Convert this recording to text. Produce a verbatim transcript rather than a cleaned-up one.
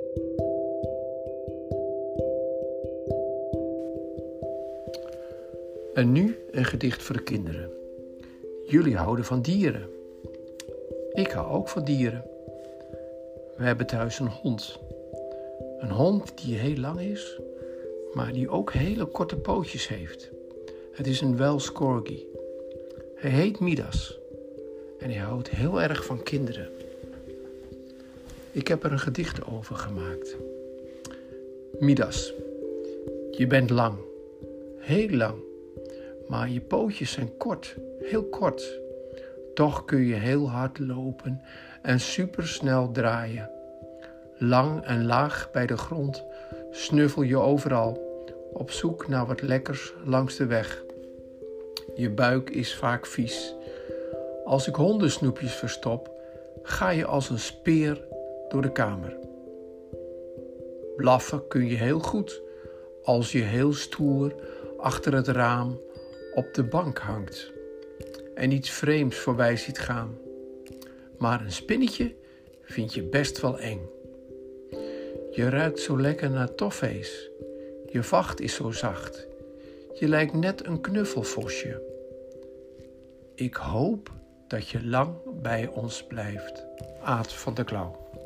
En nu een gedicht voor de kinderen. Jullie houden van dieren. Ik hou ook van dieren. We hebben thuis een hond. Een hond die heel lang is, maar die ook hele korte pootjes heeft. Het is een Welsh Corgi. Hij heet Midas en hij houdt heel erg van kinderen. Ik heb er een gedicht over gemaakt. Midas, je bent lang, heel lang, maar je pootjes zijn kort, heel kort. Toch kun je heel hard lopen en supersnel draaien. Lang en laag bij de grond snuffel je overal, op zoek naar wat lekkers langs de weg. Je buik is vaak vies. Als ik hondensnoepjes verstop, ga je als een speer door de kamer. Blaffen kun je heel goed, als je heel stoer achter het raam op de bank hangt en iets vreemds voorbij ziet gaan. Maar een spinnetje vind je best wel eng. Je ruikt zo lekker naar toffees. Je vacht is zo zacht. Je lijkt net een knuffelvosje. Ik hoop dat je lang bij ons blijft. Aad van der Klauw.